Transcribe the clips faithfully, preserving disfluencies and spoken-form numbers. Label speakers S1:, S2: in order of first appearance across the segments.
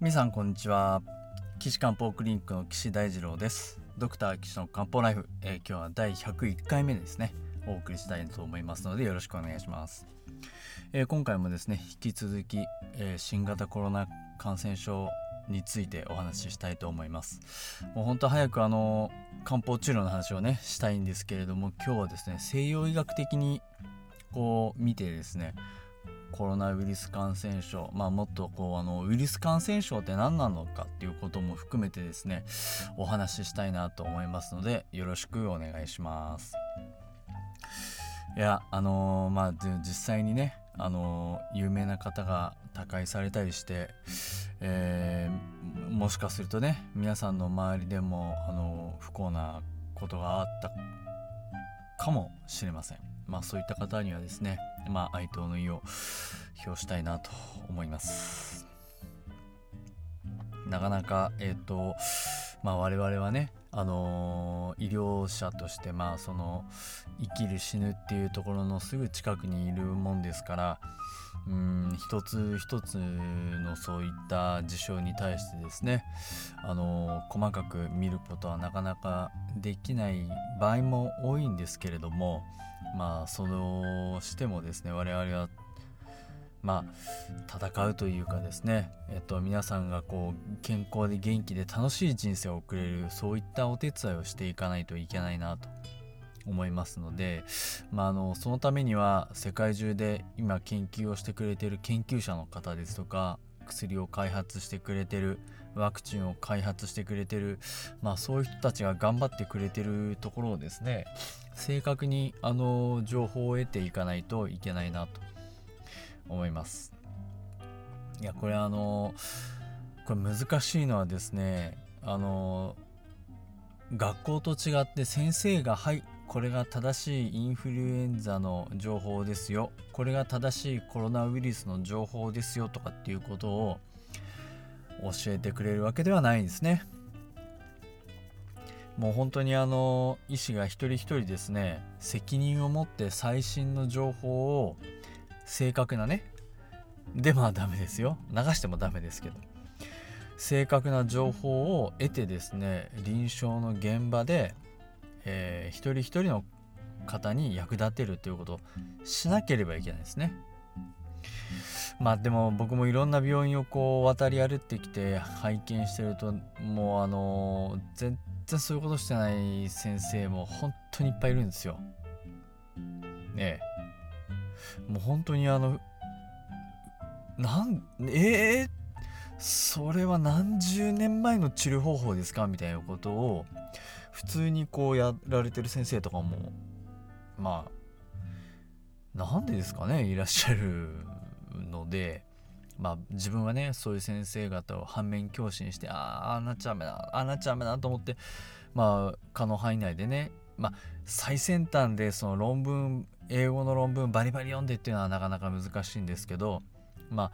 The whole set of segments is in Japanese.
S1: 皆さんこんにちは。岸漢方クリニックの岸大二郎です。ドクター岸の漢方ライフ、えー、今日はだいひゃくいっかいめですねお送りしたいと思いますのでよろしくお願いします。えー、今回もですね引き続き、えー、新型コロナ感染症についてお話ししたいと思います。もう本当早くあの漢方治療の話をねしたいんですけれども、今日はですね西洋医学的にこう見てですねコロナウイルス感染症、まあもっとこうあのウイルス感染症って何なのかっていうことも含めてですねお話ししたいなと思いますのでよろしくお願いします。いやあのー、まあ実際にねあのー、有名な方が他界されたりして、えー、もしかするとね皆さんの周りでもあのー、不幸なことがあったかもしれません。まあそういった方にはですねまあ哀悼の意を表したいなと思います。なかなかえっ、ー、とまあ我々はねあのー、医療者としてまあその生きる死ぬっていうところのすぐ近くにいるもんですから、うーん一つ一つのそういった事象に対してですねあのー、細かく見ることはなかなかできない場合も多いんですけれども、まあそのしてもですね我々はまあ戦うというかですねえっと皆さんがこう健康で元気で楽しい人生を送れるそういったお手伝いをしていかないといけないなと思いますので、まあ、あのそのためには世界中で今研究をしてくれている研究者の方ですとか薬を開発してくれてるワクチンを開発してくれてる、まあ、そういう人たちが頑張ってくれてるところをですね正確にあの情報を得ていかないといけないなと思います。いやこれあのこれ難しいのはですねあの学校と違って先生がはいこれが正しいインフルエンザの情報ですよこれが正しいコロナウイルスの情報ですよとかっていうことを教えてくれるわけではないんですね。もう本当にあの医師が一人一人ですね責任を持って最新の情報を正確なねでまあダメですよ流してもダメですけど正確な情報を得てですね臨床の現場で、えー、一人一人の方に役立てるということをしなければいけないですね。まあでも僕もいろんな病院をこう渡り歩ってきて拝見してるともうあのー、全然そういうことしてない先生も本当にいっぱいいるんですよ。ねえもう本当にあのなんえー、それは何十年前の治療方法ですかみたいなことを普通にこうやられてる先生とかもまあなんでですかねいらっしゃるので、まあ自分はねそういう先生方を反面教師にしてあああなっちゃダメだあなっちゃダメだと思ってまあ可能範囲内でねまあ最先端でその論文英語の論文バリバリ読んでっていうのはなかなか難しいんですけど、まあ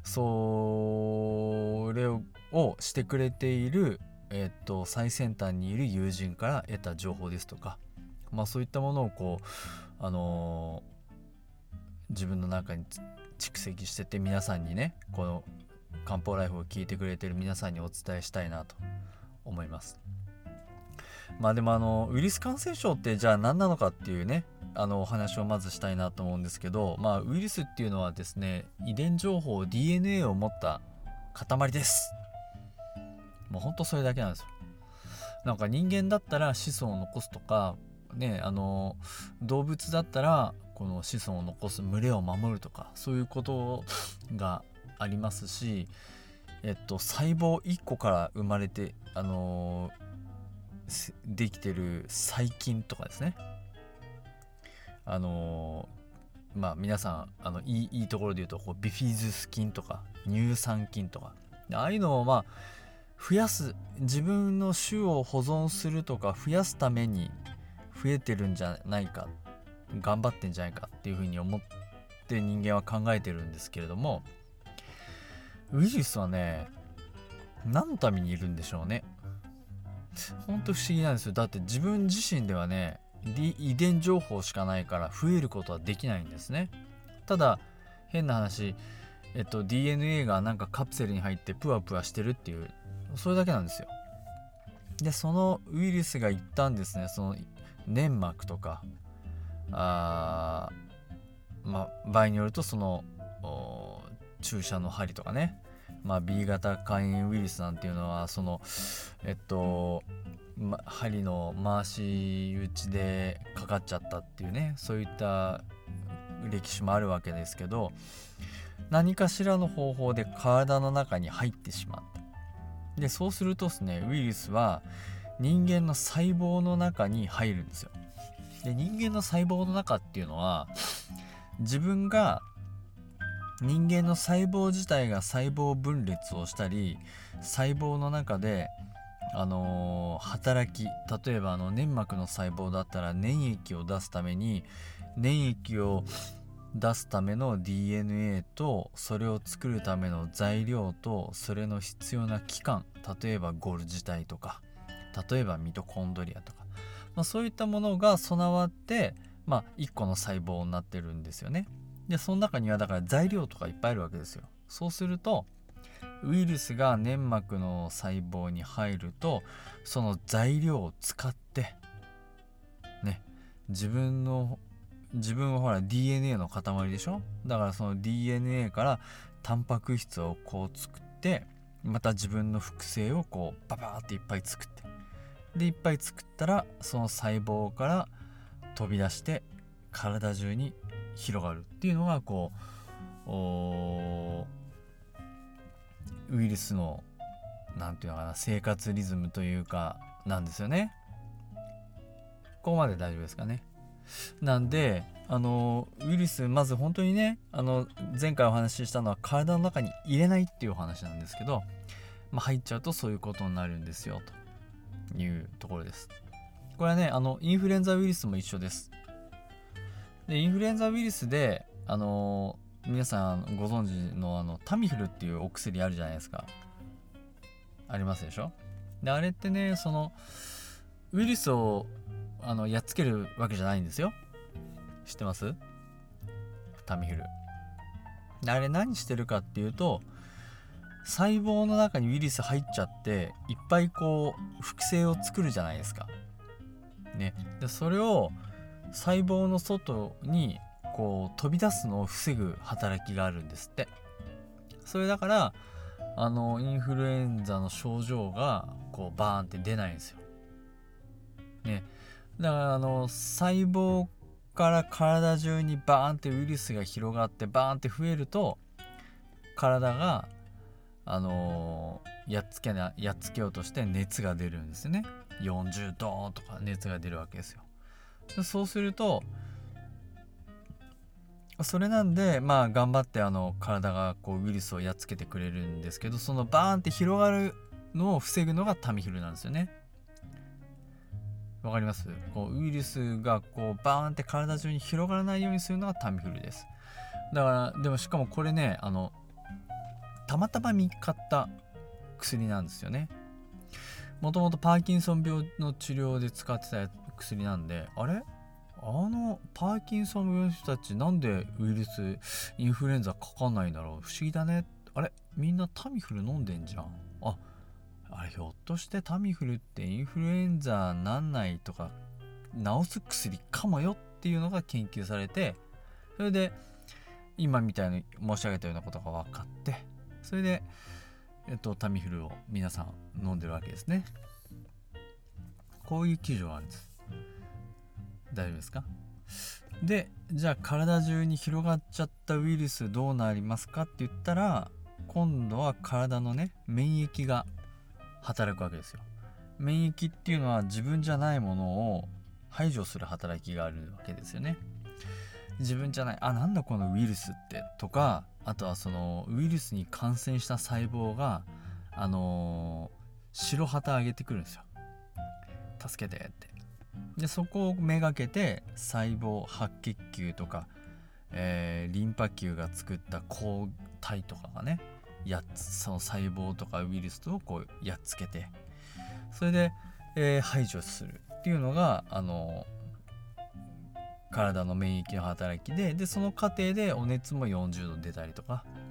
S1: それをしてくれている、えっと、最先端にいる友人から得た情報ですとか、まあ、そういったものをこう、あのー、自分の中に蓄積してて皆さんにねこの漢方ライフを聞いてくれている皆さんにお伝えしたいなと思います。まあでもあのウイルス感染症ってじゃあ何なのかっていうねあのお話をまずしたいなと思うんですけど、まあウイルスっていうのはですね遺伝情報 ディーエヌエー を持った塊です。もうほんとそれだけなんですよ。なんか人間だったら子孫を残すとかねあの動物だったらこの子孫を残す群れを守るとかそういうことがありますし、えっと細胞いっこから生まれてあのできてる細菌とかですねあのー、まあ皆さんあのいい、いいところで言うとこうビフィズス菌とか乳酸菌とかああいうのをまあ増やす自分の種を保存するとか増やすために増えてるんじゃないか頑張ってんじゃないかっていうふうに思って人間は考えてるんですけれども、ウイルスはね何のためにいるんでしょうね。ほんと不思議なんですよ。だって自分自身ではね遺伝情報しかないから増えることはできないんですね。ただ変な話えっと、ディーエヌエー がなんかカプセルに入ってプワプワしてるっていう、それだけなんですよ。でそのウイルスが一旦ですね、その粘膜とか、あまあ場合によるとその注射の針とかね、まあ、B 型肝炎ウイルスなんていうのはそのえっと、ま、針の回し打ちでかかっちゃったっていうね、そういった歴史もあるわけですけど、何かしらの方法で体の中に入ってしまった。でそうするとですね、ウイルスは人間の細胞の中に入るんですよ。で人間の細胞の中っていうのは、自分が人間の細胞自体が細胞分裂をしたり、細胞の中であのー、働き、例えばあの粘膜の細胞だったら粘液を出すために粘液を出すための ディーエヌエー とそれを作るための材料とそれの必要な器官、例えばゴルジ体とか、例えばミトコンドリアとか、まあ、そういったものが備わって、まあ、いっこの細胞になってるんですよね。でその中にはだから材料とかいっぱいあるわけですよ。そうするとウイルスが粘膜の細胞に入ると、その材料を使ってね、自分の自分はほら ディーエヌエー の塊でしょ。だからその ディーエヌエー からタンパク質をこう作って、また自分の複製をこうババーっていっぱい作って、でいっぱい作ったらその細胞から飛び出して体中に広がるっていうのがこうウイルスのなんていうのかな、生活リズムというかなんですよね。ここまで大丈夫ですかね。なんであのウイルス、まず本当にね、あの前回お話ししたのは体の中に入れないっていうお話なんですけど、まあ、入っちゃうとそういうことになるんですよというところです。これはね、あのインフルエンザウイルスも一緒です。でインフルエンザウイルスであの皆さんご存知のあのタミフルっていうお薬あるじゃないですか。ありますでしょ。であれってね、そのウイルスをあのやっつけるわけじゃないんですよ。知ってます？タミフル。であれ何してるかっていうと、細胞の中にウイルス入っちゃっていっぱいこう複製を作るじゃないですか。ね。でそれを細胞の外にこう飛び出すのを防ぐ働きがあるんですって。それだからあのインフルエンザの症状がこうバーンって出ないんですよ。ね。だからあの細胞から体中にバーンってウイルスが広がってバーンって増えると、体があのー、やっつけなやっつけようとして熱が出るんですよね。よんじゅうどとか熱が出るわけですよ。でそうするとそれなんでまあ頑張ってあの体がこうウイルスをやっつけてくれるんですけど、そのバーンって広がるのを防ぐのがタミフルなんですよね。わかります？こうウイルスがこうバーンって体中に広がらないようにするのがタミフルです。だからでもしかもこれね、あのたまたま見つかった薬なんですよね。もともとパーキンソン病の治療で使ってた薬なんで、あれあのパーキンソン病の人たちなんでウイルスインフルエンザかかんないんだろう、不思議だね。あれみんなタミフル飲んでんじゃん。ああれひょっとしてタミフルってインフルエンザなんないとか治す薬かもよっていうのが研究されて、それで今みたいに申し上げたようなことが分かって、それで、えっと、タミフルを皆さん飲んでるわけですね。こういう記事があるんです。大丈夫ですか？でじゃあ体中に広がっちゃったウイルスどうなりますかって言ったら、今度は体のね免疫が働くわけですよ。免疫っていうのは自分じゃないものを排除する働きがあるわけですよね。自分じゃない、あなんだこのウイルスってとか、あとはそのウイルスに感染した細胞があのー、白旗上げてくるんですよ。助けてって。でそこをめがけて細胞白血球とか、えー、リンパ球が作った抗体とかがねやっその細胞とかウイルスをこうやっつけて、それで、えー、排除するっていうのがあの体の免疫の働きで、でその過程でお熱もよんじゅうど出たりとか、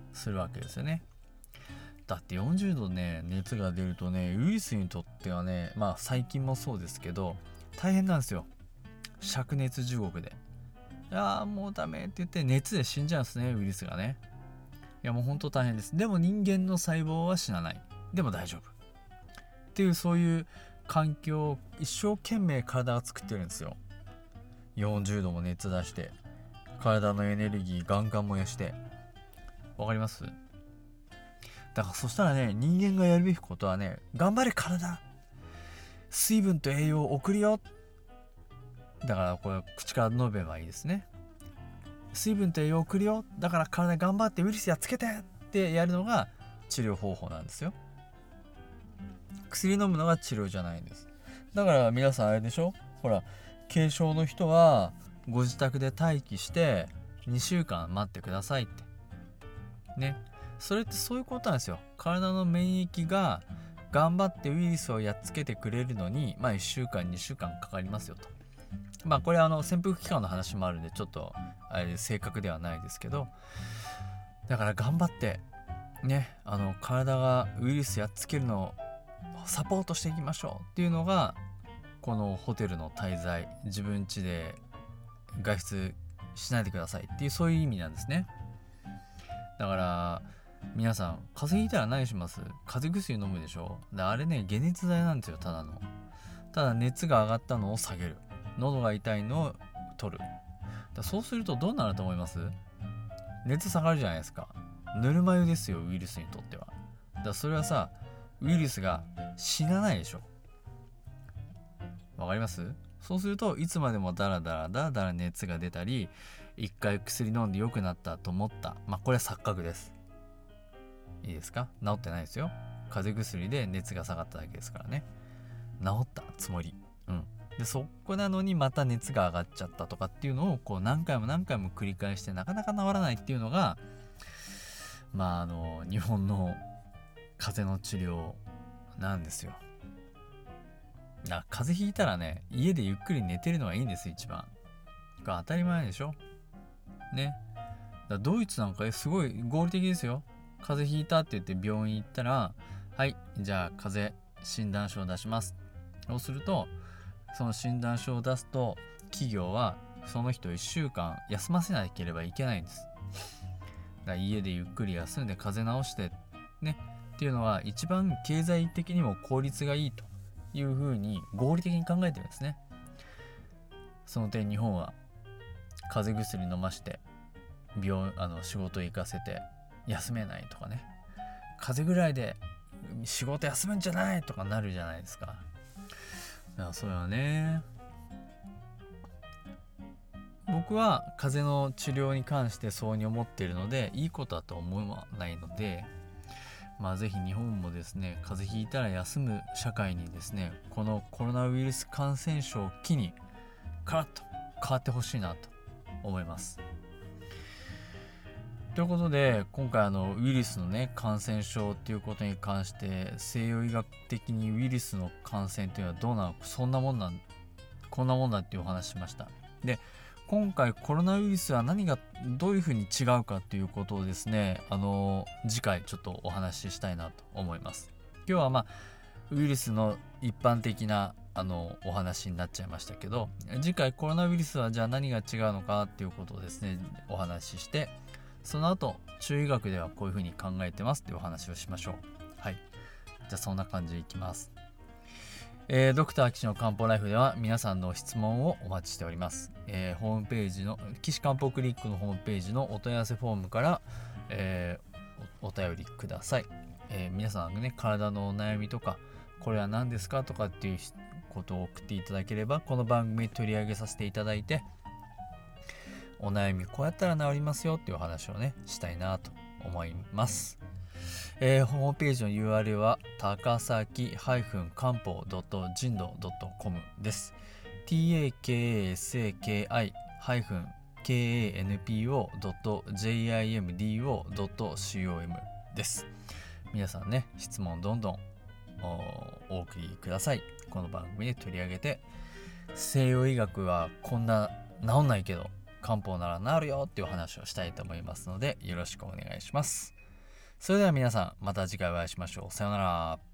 S1: するわけですよね。だってよんじゅうどね熱が出るとね、ウイルスにとってはね、まあ最近もそうですけど大変なんですよ。灼熱地獄で、いやーもうダメって言って熱で死んじゃうんですね、ウイルスがね。いやもうほんと大変です。でも人間の細胞は死なない、でも大丈夫っていう、そういう環境を一生懸命体が作ってるんですよ。よんじゅうども熱出して体のエネルギーガンガン燃やして、わかります？だからそしたらね、人間がやるべきことはね、頑張れ体、水分と栄養を送るよ。だからこれ口から述べばいいですね。水分と栄養を送るよ、だから体頑張ってウイルスやっつけてってやるのが治療方法なんですよ。薬飲むのが治療じゃないんです。だから皆さんあれでしょ、ほら軽症の人はご自宅で待機してにしゅうかん待ってくださいってね。それってそういうことなんですよ。体の免疫が頑張ってウイルスをやっつけてくれるのに、まあいっしゅうかんにしゅうかんかかりますよと。まあこれあの潜伏期間の話もあるんでちょっとあれ正確ではないですけど、だから頑張ってね、あの体がウイルスやっつけるのをサポートしていきましょうっていうのがこのホテルの滞在、自分家で外出しないでくださいっていう、そういう意味なんですね。だから皆さん風邪ひいたら何します？風邪薬飲むでしょ。であれね解熱剤なんですよ、ただの。ただ熱が上がったのを下げる、喉が痛いのを取る。だそうするとどうなると思います？熱下がるじゃないですか。ぬるま湯ですよ、ウイルスにとっては。だからそれはさ、ウイルスが死なないでしょ。わかります？そうするといつまでもダラダラダラダラ熱が出たり、一回薬飲んで良くなったと思った、まあこれは錯覚です。いいですか？治ってないですよ。風邪薬で熱が下がっただけですからね。治ったつもり。うん。でそこなのにまた熱が上がっちゃったとかっていうのをこう何回も何回も繰り返してなかなか治らないっていうのが、まああの日本の風邪の治療なんですよ。だ風邪ひいたらね、家でゆっくり寝てるのがいいんです、一番。これ当たり前でしょね。だドイツなんかすごい合理的ですよ。風邪ひいたって言って病院行ったら、はいじゃあ風邪診断書を出します。そうするとその診断書を出すと企業はその人をいっしゅうかん休ませなければいけないんです。だから家でゆっくり休んで風邪治してねっていうのは一番経済的にも効率がいいというふうに合理的に考えてるんですね。その点日本は風邪薬飲まして病あの仕事行かせて休めないとかね、風邪ぐらいで仕事休むんじゃないとかなるじゃないですか。だからそれはね、僕は風邪の治療に関してそうに思っているのでいいことだと思わないので、まあぜひ日本もですね、風邪ひいたら休む社会にですね、このコロナウイルス感染症を機にカラッと変わってほしいなと思います。ということで今回あのウイルスのね感染症っていうことに関して西洋医学的にウイルスの感染というのはどうなのか、そんなもんなんこんなもんだっていうお話しました。で今回コロナウイルスは何がどういうふうに違うかっていうことをですね、あの次回ちょっとお話ししたいなと思います。今日はまあウイルスの一般的なあのお話になっちゃいましたけど、次回コロナウイルスはじゃあ何が違うのかっていうことをですねお話しして、その後中医学ではこういうふうに考えてますっていうお話をしましょう。はい、じゃあそんな感じでいきます。えー、ドクター岸の漢方ライフでは皆さんの質問をお待ちしております。えー、ホームページの岸漢方クリニックのホームページのお問い合わせフォームから、えー、お, お便りください。えー、皆さんがね体のお悩みとかこれは何ですかとかっていうことを送っていただければこの番組取り上げさせていただいて、お悩みこうやったら治りますよっていうお話をねしたいなと思います。えー、ホームページの ユーアールエル は高崎漢方 ジンド ドットコム です。 タカサキ カンポ ドット ジムドット コム です。皆さんね質問どんどん お, お送りください。この番組で取り上げて、西洋医学はこんな治んないけど漢方なら治るよっていう話をしたいと思いますのでよろしくお願いします。 それでは皆さんまた次回お会いしましょう。さようなら。